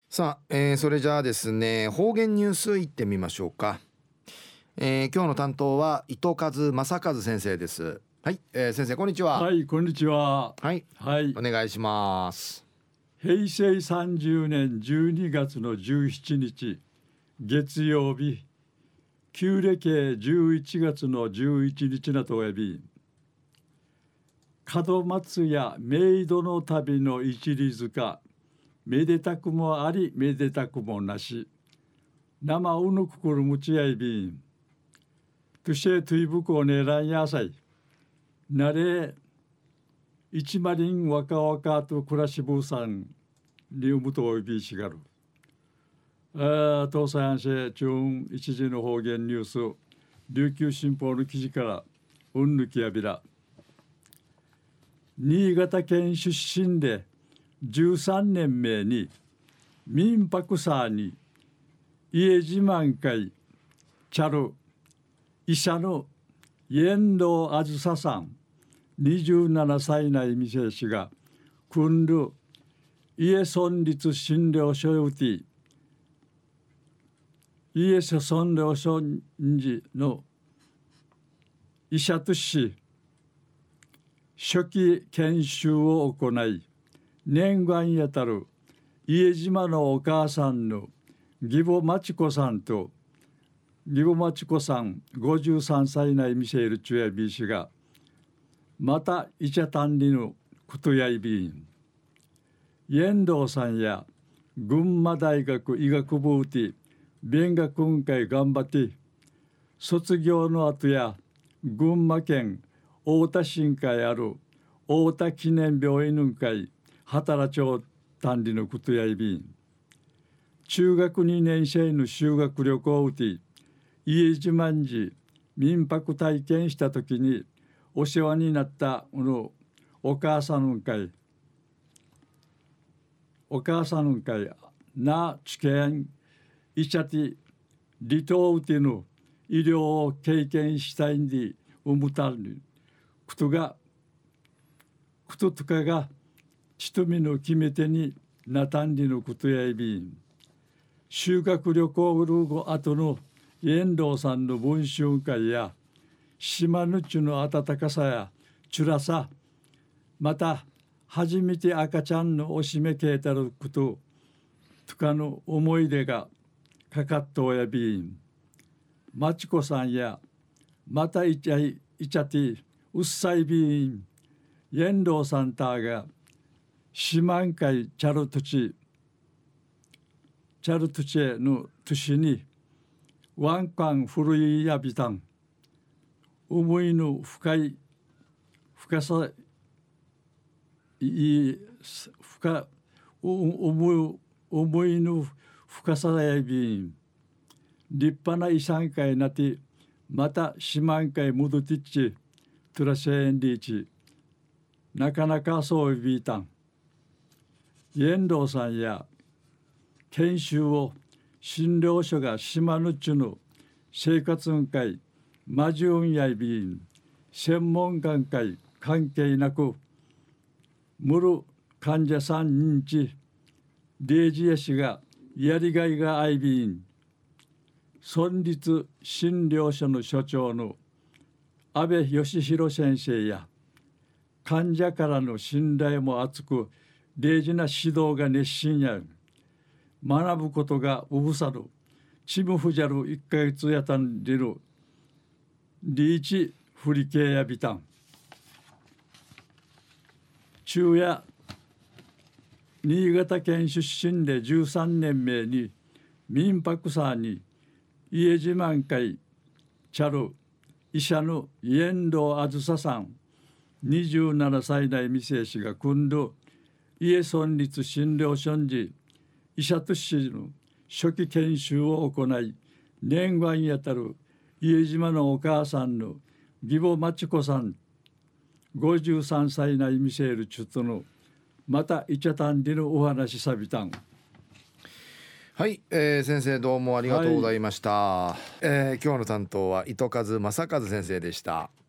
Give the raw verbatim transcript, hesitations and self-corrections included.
さあ、えーそれじゃあですね、方言ニュースいってみましょうか。えー今日の担当は糸数正和先生です。はい、えー先生こんにちは。 はい、こんにちは。 はい、 はい、 お願いします。 平成さんじゅうねんじゅうにがつのじゅうしちにち月曜日、旧暦じゅういちがつのじゅういちにちなとおやび、門松や冥土の旅の一里塚、めでたくもありめでたくもなし、生うぬくくるむちやいびん、としてといぶくおねらんやさい、なれ一マリン若々と暮らしぶうさんにうむとおいびしがる。あ東西安市中一時の方言ニュース、琉球新報の記事からうんぬきやびら。新潟県出身でじゅうさんねんめいに民泊さに家自慢会チャル医者の遠藤あずささんにじゅうななさい内未成氏が組んる家村立診療所より家村療所時の医者とし初期研修を行い、念願やたる家島のお母さんの義母真知子さんと義母真知子さんごじゅうさんさい内ミシェルチュエビー氏がまたイチャタンリのことやいびん遠藤さんや群馬大学医学部うて勉学運会頑張って卒業の後や群馬県太田新会ある太田記念病院運会働町単理のことやいびん中学にねん生の修学旅行うて家自慢時民泊体験した時にお世話になったのお母さんの会お母さんの会な知見医者て離島うての医療を経験したいんでうむたることがこととかがちとみの決め手になたんりのことやいびん修学旅行ルーゴ後の遠藤さんの文春会や島ぬちの温かさやちゅらさまた初めて赤ちゃんのおしめけいたることとかの思い出がかかっとおやびんまちこさんやまたいちゃいいちゃてうっさいびん遠藤さんたが四万回チャルトチチャルトチェの年にワンカン古いやびたん思いの深い深さいい深思い思いの深さやびん立派な遺産会なってまた四万回戻ってっちトラシェンリーチなかなかそうびいたん遠藤さんや研修を診療所が島のちゅの生活運会マジュンやいびん専門眼会関係なく無る患者さん認知レイジヤ氏がやりがいがあいびん村立診療所の所長の安倍義弘先生や患者からの信頼も厚く大事な指導が熱心や学ぶことがうぶさるチムフジャルいっかげつやたんでるリーチフリケやビタン中夜新潟県出身でじゅうさんねんめいに民泊さに家自慢会チャル医者の遠藤あずささんにじゅうななさい代未成氏が組んど家村立診療所時医者としての初期研修を行い念願やたる家島のお母さんの義母真知子さんごじゅうさんさい内未成るちゅとのまたいちゃたんでのお話さびたんはい、えー先生どうもありがとうございました。はい、えー今日の担当は糸数正和先生でした。